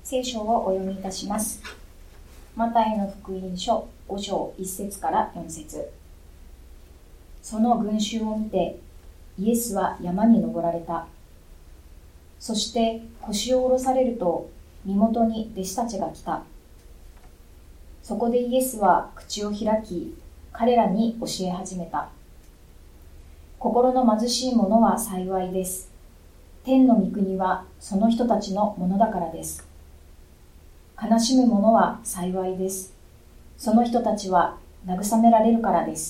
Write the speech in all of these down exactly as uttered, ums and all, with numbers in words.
聖書をお読みいたします。マタイの福音書ご章いち節からよん節。その群衆を見てイエスは山に登られた。そして腰を下ろされると身元に弟子たちが来た。そこでイエスは口を開き彼らに教え始めた。心の貧しい者は幸いです。天の御国はその人たちのものだからです。悲しむ者は幸いです。その人たちは慰められるからです。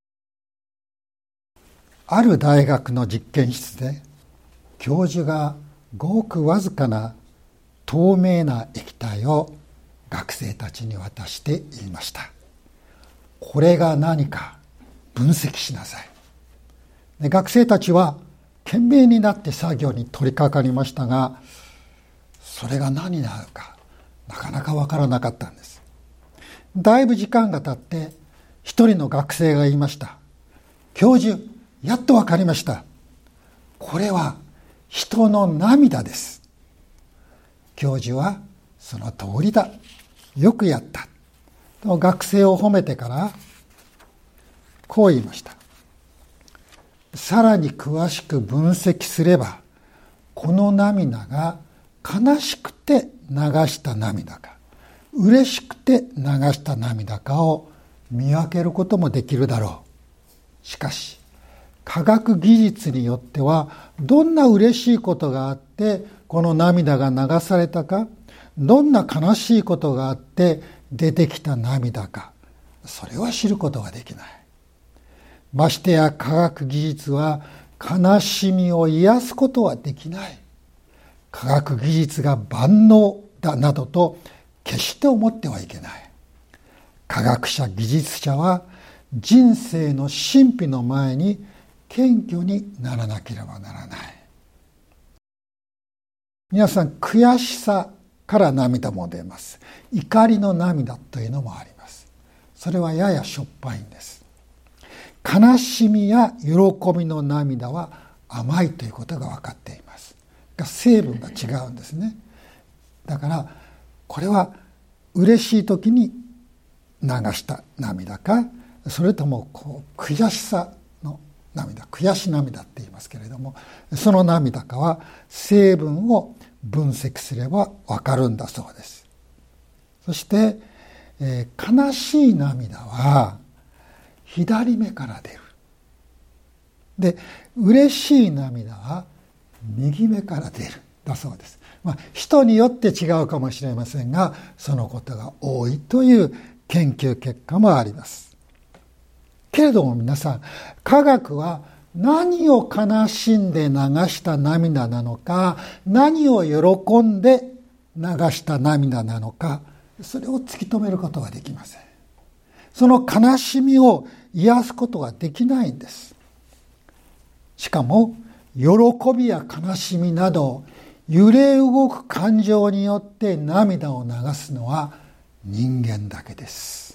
ある大学の実験室で教授がごくわずかな透明な液体を学生たちに渡して言いました。これが何か分析しなさい。で、学生たちは懸命になって作業に取り掛かりましたが、それが何になるかなかなかわからなかったんです。だいぶ時間が経って一人の学生が言いました。教授、やっとわかりました。これは人の涙です。教授はその通りだ。よくやった。と学生を褒めてからこう言いました。さらに詳しく分析すれば、この涙が悲しくて流した涙か、嬉しくて流した涙かを見分けることもできるだろう。しかし、科学技術によっては、どんな嬉しいことがあって、この涙が流されたか、どんな悲しいことがあって出てきた涙か、それは知ることができない。ましてや科学技術は悲しみを癒すことはできない。科学技術が万能だなどと決して思ってはいけない。科学者、技術者は人生の神秘の前に謙虚にならなければならない。皆さん、悔しさから涙も出ます。怒りの涙というのもあります。それはややしょっぱいんです。悲しみや喜びの涙は甘いということが分かっています。が成分が違うんですね。だからこれは嬉しい時に流した涙か、それともこう悔しさの涙、悔し涙って言いますけれども、その涙かは成分を分析すれば分かるんだそうです。そして、えー、悲しい涙は左目から出る。で、嬉しい涙は右目から出るだそうです。まあ、人によって違うかもしれませんが、そのことが多いという研究結果もあります。けれども皆さん、科学は何を悲しんで流した涙なのか、何を喜んで流した涙なのか、それを突き止めることができません。その悲しみを癒すことができないんです。しかも、喜びや悲しみなど、揺れ動く感情によって涙を流すのは人間だけです。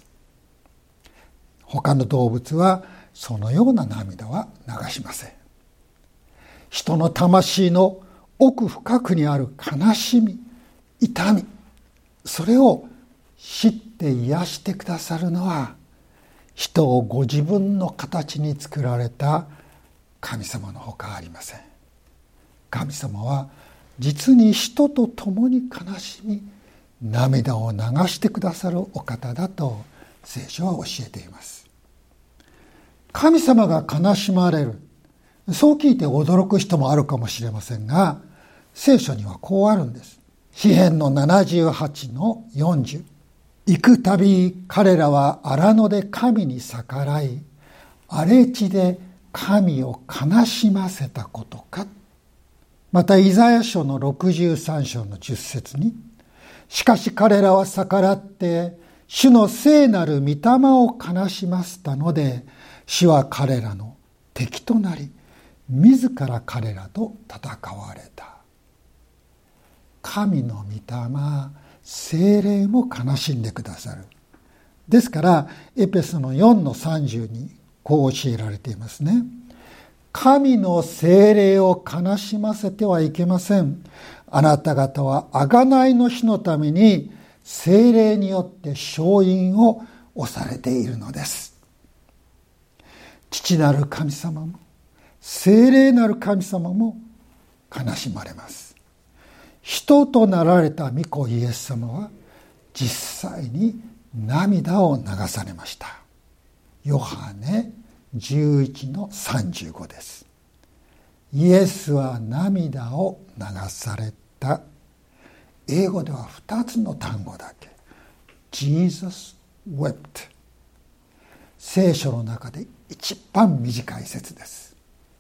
他の動物はそのような涙は流しません。人の魂の奥深くにある悲しみ、痛み、それを知って癒してくださるのは、人をご自分の形に作られた神様のほかありません。神様は実に人と共に悲しみ、涙を流してくださるお方だと聖書は教えています。神様が悲しまれる、そう聞いて驚く人もあるかもしれませんが、聖書にはこうあるんです。詩編のななじゅうはちのよんじゅう。行くたび彼らは荒野で神に逆らい、荒れ地で神を悲しませたことか。またイザヤ書のろくじゅうさん章のじゅっ節に、しかし彼らは逆らって主の聖なる御霊を悲しませたので、主は彼らの敵となり、自ら彼らと戦われた。神の御霊、聖霊も悲しんでくださる。ですからエペソのよんのさんじゅうにこう教えられていますね。 神の聖霊を悲しませてはいけません。あなた方は贖いの日のために聖霊によって証印を押されているのです。父なる神様も聖霊なる神様も悲しまれます。人となられた御子イエス様は実際に涙を流されました。ヨハネじゅういちのさんじゅうごです。イエスは涙を流された。英語ではふたつの単語だけ。Jesus wept。聖書の中で一番短い説です。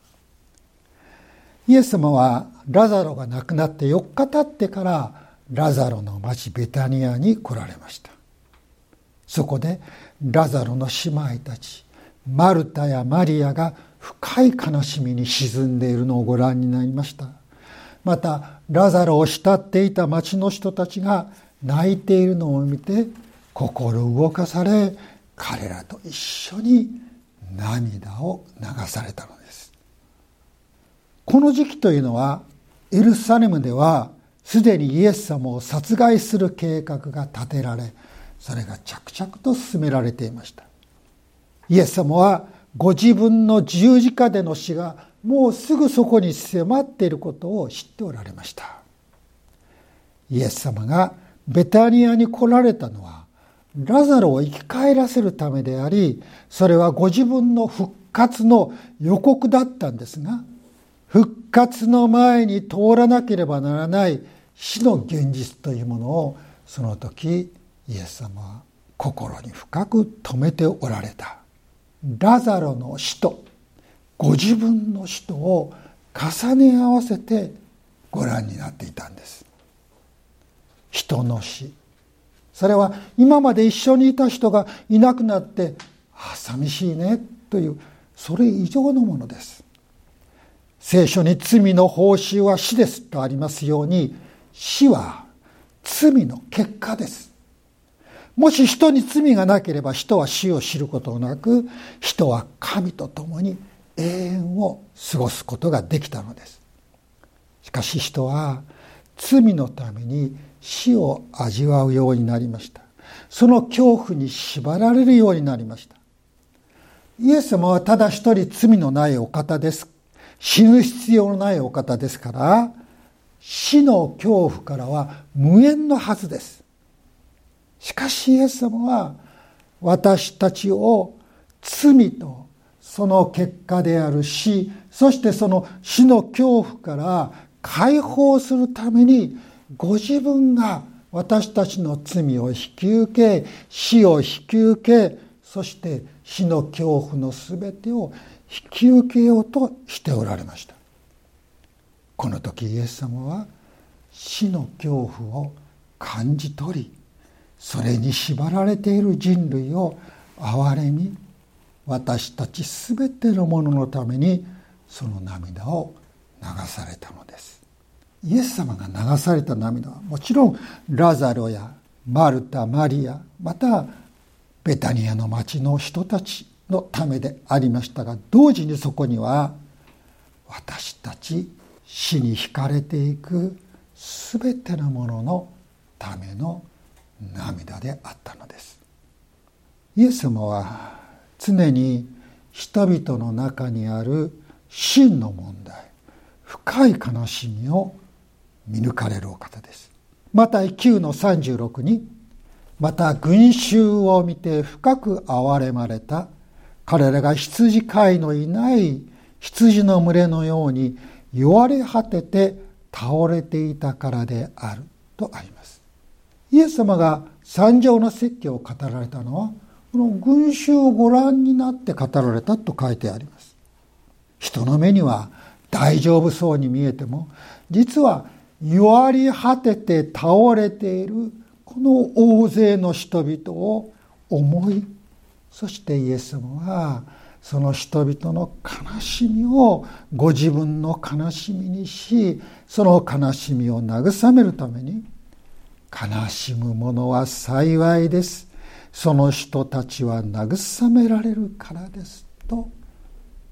イエス様はラザロが亡くなってよっか経ってからラザロの町ベタニアに来られました。そこでラザロの姉妹たち、マルタやマリアが深い悲しみに沈んでいるのをご覧になりました。またラザロを慕っていた町の人たちが泣いているのを見て心動かされ、彼らと一緒に涙を流されたのです。この時期というのはエルサレムではすでにイエス様を殺害する計画が立てられ、それが着々と進められていました。イエス様はご自分の十字架での死がもうすぐそこに迫っていることを知っておられました。イエス様がベタニアに来られたのはラザロを生き返らせるためであり、それはご自分の復活の予告だったんですが、復活の前に通らなければならない死の現実というものをその時イエス様は心に深く留めておられた。ラザロの死とご自分の死とを重ね合わせてご覧になっていたんです。人の死、それは今まで一緒にいた人がいなくなってあ寂しいねというそれ以上のものです。聖書に罪の報酬は死ですとありますように、死は罪の結果です。もし人に罪がなければ人は死を知ることなく、人は神と共に永遠を過ごすことができたのです。しかし人は罪のために死を味わうようになりました。その恐怖に縛られるようになりました。イエス様はただ一人罪のないお方です。死ぬ必要のないお方ですから、死の恐怖からは無縁のはずです。しかしイエス様は私たちを罪とその結果である死、そしてその死の恐怖から解放するためにご自分が私たちの罪を引き受け、死を引き受け、そして死の恐怖のすべてを引き受けようとしておられました。この時イエス様は死の恐怖を感じ取り、それに縛られている人類を憐れみ、私たちすべてのもののためにその涙を流されたのです。イエス様が流された涙はもちろんラザロやマルタ、マリア、またベタニアの町の人たちのためでありましたが、同時にそこには私たち死に惹かれていくすべてのもののための涙であったのです。イエス様は常に人々の中にある真の問題、深い悲しみを見抜かれるお方です。マタイきゅうのさんじゅうろくに、また群衆を見て深く憐れまれた。彼らが羊飼いのいない羊の群れのように弱れ果てて倒れていたからであるとあります。イエス様が三条の説教を語られたのは、この群衆をご覧になって語られたと書いてあります。人の目には大丈夫そうに見えても、実は弱り果てて倒れているこの大勢の人々を思い、そしてイエス様はその人々の悲しみをご自分の悲しみにし、その悲しみを慰めるために、悲しむ者は幸いです。その人たちは慰められるからですと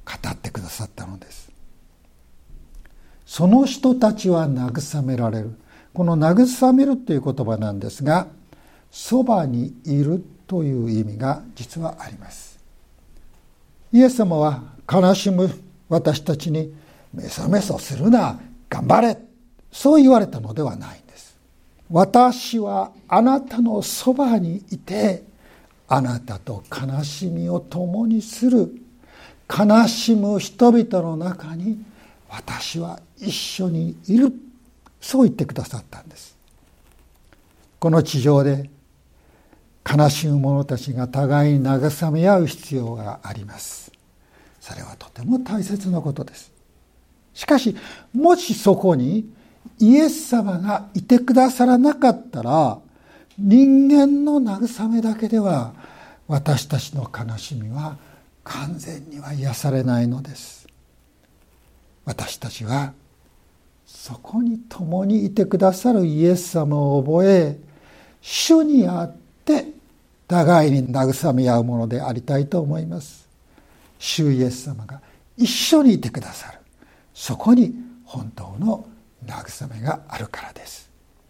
語ってくださったのです。その人たちは慰められる。この慰めるという言葉なんですが、そばにいるという意味が実はあります。イエス様は悲しむ私たちにメソメソするな、頑張れ、そう言われたのではないんです。私はあなたのそばにいて、あなたと悲しみを共にする。悲しむ人々の中に私は一緒にいる。そう言ってくださったんです。この地上で悲しむ者たちが互いに慰め合う必要があります。それはとても大切なことです。しかし、もしそこにイエス様がいてくださらなかったら、人間の慰めだけでは私たちの悲しみは完全には癒されないのです。私たちはそこに共にいてくださるイエス様を覚え、主にあって互いに慰め合うものでありたいと思います。主イエス様が一緒にいてくださる。そこに本当の慰めがあるからです。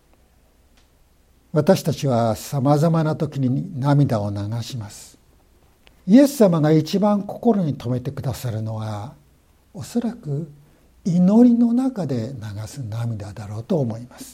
私たちはさまざまな時に涙を流します。イエス様が一番心に留めてくださるのは、おそらく祈りの中で流す涙だろうと思います。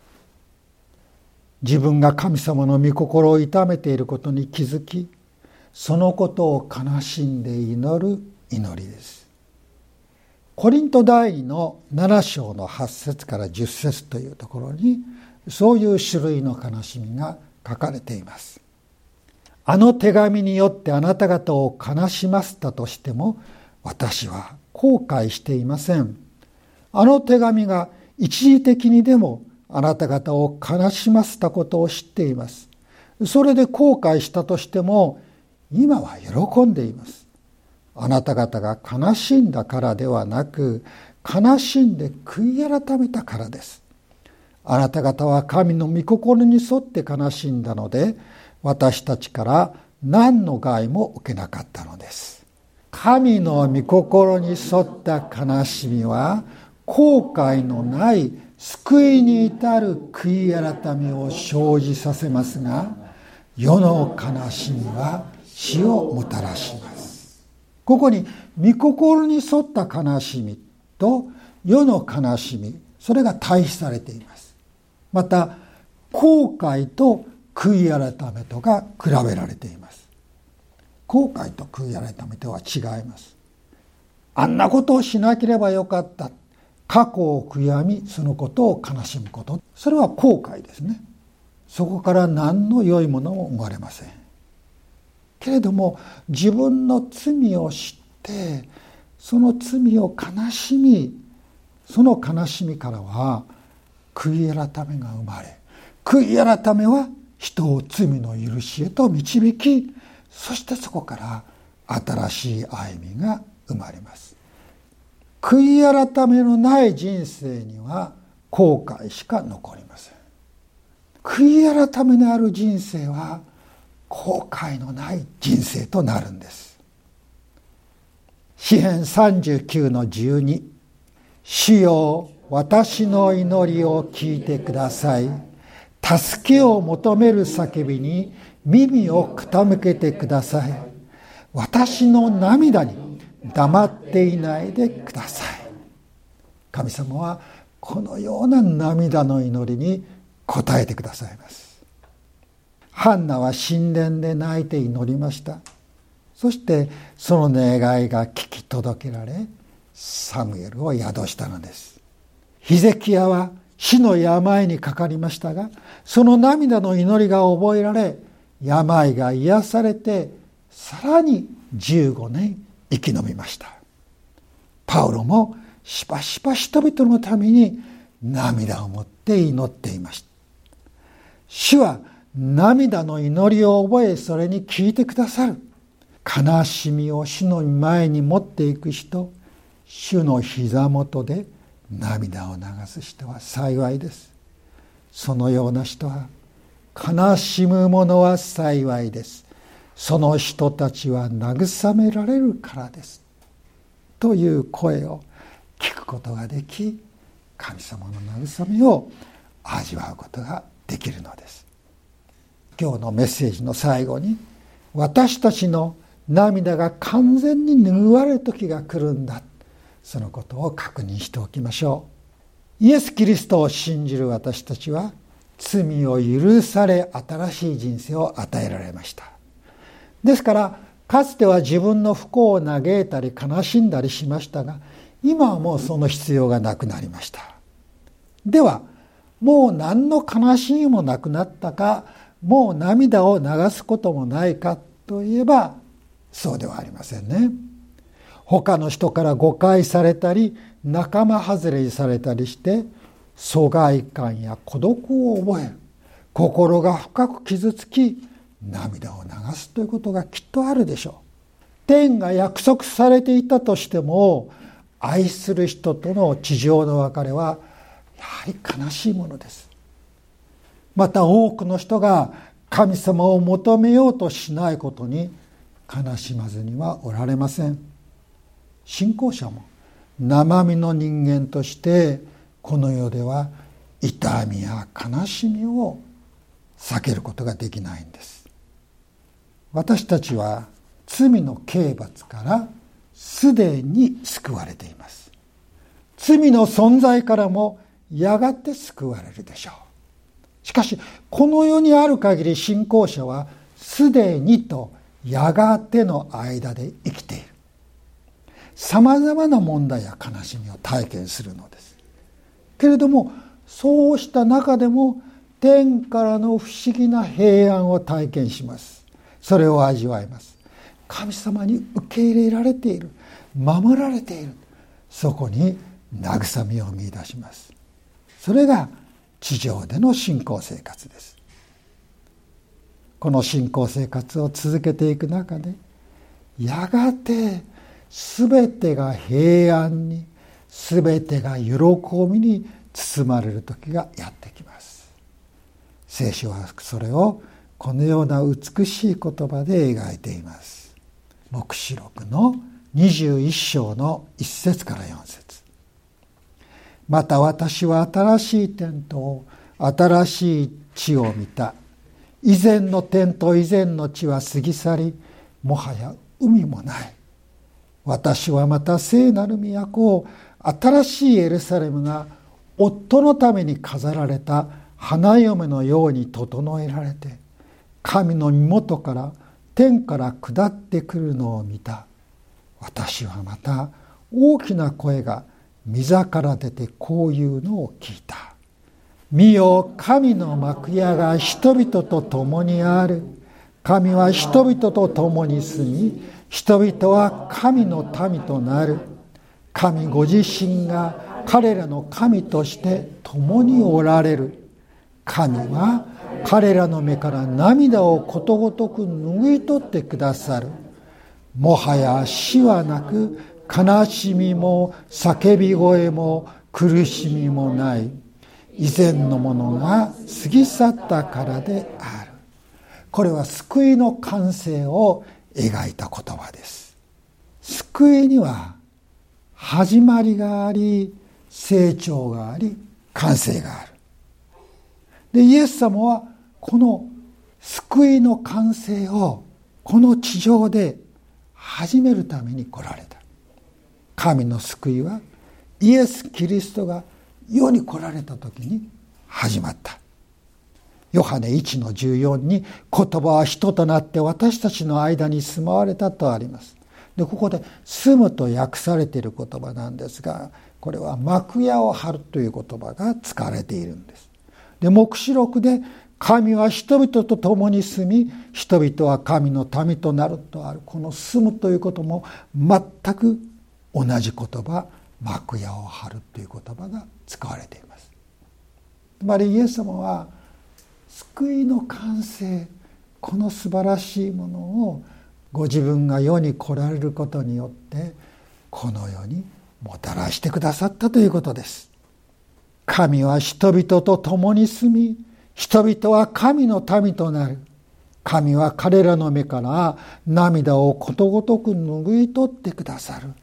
自分が神様の御心を痛めていることに気づき、そのことを悲しんで祈る祈りです。コリント第二のなな章のはち節からじゅっ節というところに、そういう種類の悲しみが書かれています。あの手紙によってあなた方を悲しませたとしても、私は後悔していません。あの手紙が一時的にでもあなた方を悲しませたことを知っています。それで後悔したとしても、今は喜んでいます。あなた方が悲しんだからではなく、悲しんで悔い改めたからです。あなた方は神の御心に沿って悲しんだので、私たちから何の害も受けなかったのです。神の御心に沿った悲しみは、後悔のない救いに至る悔い改めを生じさせますが、世の悲しみは死をもたらします。ここに御心に沿った悲しみと世の悲しみ、それが対比されています。また後悔と悔い改めとが比べられています。後悔と悔い改めとは違います。あんなことをしなければよかった、過去を悔やみそのことを悲しむこと、それは後悔ですね。そこから何の良いものも生まれません。けれども自分の罪を知ってその罪を悲しみ、その悲しみからは悔い改めが生まれ、悔い改めは人を罪の許しへと導き、そしてそこから新しい歩みが生まれます。悔い改めのない人生には後悔しか残りません。悔い改めのある人生は後悔のない人生となるんです。詩編さんじゅうきゅうのじゅうに、主よ、私の祈りを聞いてください。助けを求める叫びに耳を傾けてください。私の涙に黙っていないでください。神様はこのような涙の祈りに応えてくださいます。ハンナは神殿で泣いて祈りました。そしてその願いが聞き届けられ、サムエルを宿したのです。ヒゼキヤは死の病にかかりましたが、その涙の祈りが覚えられ、病が癒されて、さらにじゅうごねん生き延びました。パウロもしばしば人々のために涙を持って祈っていました。主は涙の祈りを覚え、それに聞いてくださる。悲しみを主の前に持っていく人、主の膝元で涙を流す人は幸いです。そのような人は、悲しむ者は幸いです。その人たちは慰められるからです。 という声を聞くことができ、神様の慰めを味わうことができるのです。今日のメッセージの最後に、私たちの涙が完全に拭われる時が来るんだ、そのことを確認しておきましょう。イエス・キリストを信じる私たちは、罪を許され新しい人生を与えられました。ですからかつては自分の不幸を嘆いたり悲しんだりしましたが、今はもうその必要がなくなりました。ではもう何の悲しみもなくなったか、もう涙を流すこともないかといえばそうではありませんね。他の人から誤解されたり仲間外れにされたりして疎外感や孤独を覚える、心が深く傷つき涙を流すということがきっとあるでしょう。天が約束されていたとしても、愛する人との地上の別れはやはり悲しいものです。また多くの人が神様を求めようとしないことに悲しまずにはおられません。信仰者も生身の人間としてこの世では痛みや悲しみを避けることができないんです。私たちは罪の刑罰からすでに救われています。罪の存在からもやがて救われるでしょう。しかしこの世にある限り信仰者はすでにとやがての間で生きている。さまざまな問題や悲しみを体験するのです。けれどもそうした中でも天からの不思議な平安を体験します。それを味わいます。神様に受け入れられている、守られている、そこに慰めを見出します。それが地上での信仰生活です。この信仰生活を続けていく中で、やがて全てが平安に、全てが喜びに包まれる時がやってきます。聖書はそれをこのような美しい言葉で描いています。黙示録のにじゅういっ章のいっ節からよん節。また私は新しい天と新しい地を見た。以前の天と以前の地は過ぎ去り、もはや海もない。私はまた聖なる都を、新しいエルサレムが夫のために飾られた花嫁のように整えられて、神の身元から天から下ってくるのを見た。私はまた大きな声が御座から出てこういうのを聞いた。見よ、神の幕屋が人々と共にある。神は人々と共に住み、人々は神の民となる。神ご自身が彼らの神として共におられる。神は彼らの目から涙をことごとく拭い取ってくださる。もはや死はなく、悲しみも叫び声も苦しみもない。以前のものが過ぎ去ったからである。これは救いの完成を描いた言葉です。救いには始まりがあり、成長があり、完成がある。で、イエス様はこの救いの完成をこの地上で始めるために来られた。神の救いはイエス・キリストが世に来られた時に始まった。ヨハネいちのじゅうよんに言葉は人となって私たちの間に住まわれたとあります。で、ここで住むと訳されている言葉なんですが、これは幕屋を張るという言葉が使われているんです。で、黙示録で神は人々と共に住み、人々は神の民となるとある。この住むということも全く同じ言葉、幕屋を張るという言葉が使われています。つまりイエス様は救いの完成、この素晴らしいものをご自分が世に来られることによってこの世にもたらしてくださったということです。神は人々と共に住み、人々は神の民となる。神は彼らの目から涙をことごとく拭い取ってくださる。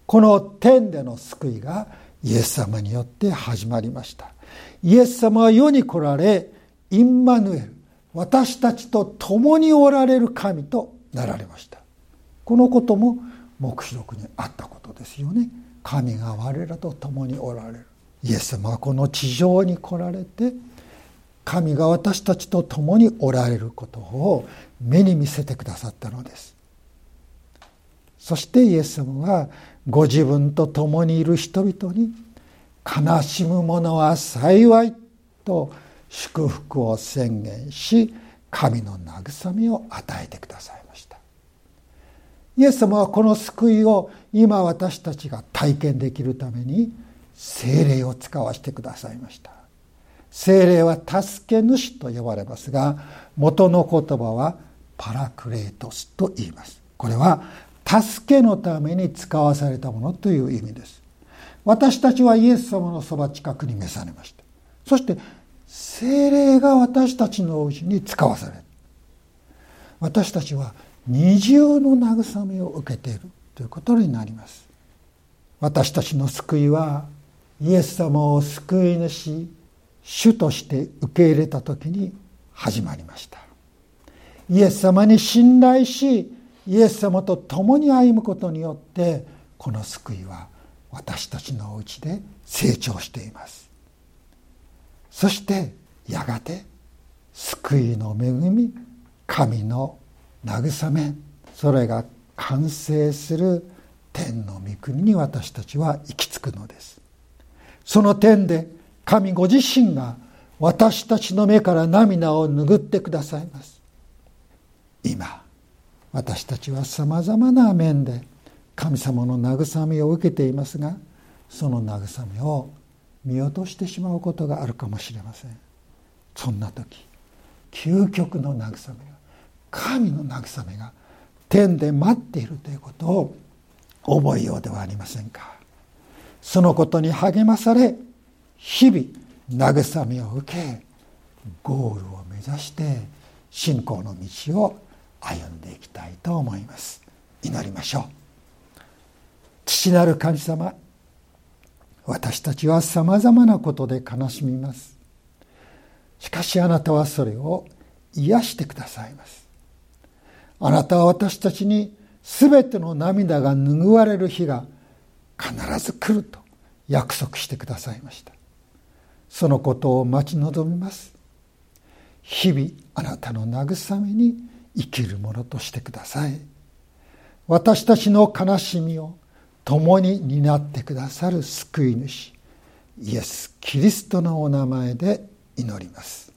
この天での救いがイエス様によって始まりました。イエス様は世に来られ、インマヌエル、私たちと共におられる神となられました。このことも黙示録にあったことですよね。神が我らと共におられる。イエス様はこの地上に来られて、神が私たちと共におられることを目に見せてくださったのです。そしてイエス様はご自分と共にいる人々に、悲しむ者は幸いと祝福を宣言し、神の慰めを与えてくださいました。イエス様はこの救いを今私たちが体験できるために聖霊を使わせてくださいました。聖霊は助け主と呼ばれますが、元の言葉はパラクレートスと言います。これは助けのために使わされたものという意味です。私たちはイエス様のそば近くに召されました。そして聖霊が私たちのうちに使わされる。私たちは二重の慰めを受けているということになります。私たちの救いはイエス様を救い主、主として受け入れた時に始まりました。イエス様に信頼し、イエス様と共に歩むことによって、この救いは私たちのうちで成長しています。そしてやがて救いの恵み、神の慰め、それが完成する天の御国に私たちは行き着くのです。その天で神ご自身が私たちの目から涙を拭ってくださいます。今私たちはさまざまな面で神様の慰めを受けていますが、その慰めを見落としてしまうことがあるかもしれません。そんな時、究極の慰めが、神の慰めが天で待っているということを覚えようではありませんか。そのことに励まされ、日々慰めを受け、ゴールを目指して信仰の道を歩んでいきたいと思います。祈りましょう。父なる神様、私たちはさまざまなことで悲しみます。しかしあなたはそれを癒してくださいます。あなたは私たちにすべての涙が拭われる日が必ず来ると約束してくださいました。そのことを待ち望みます。日々あなたの慰めに生きるものとしてください。私たちの悲しみを共に担ってくださる救い主、イエス・キリストのお名前で祈ります。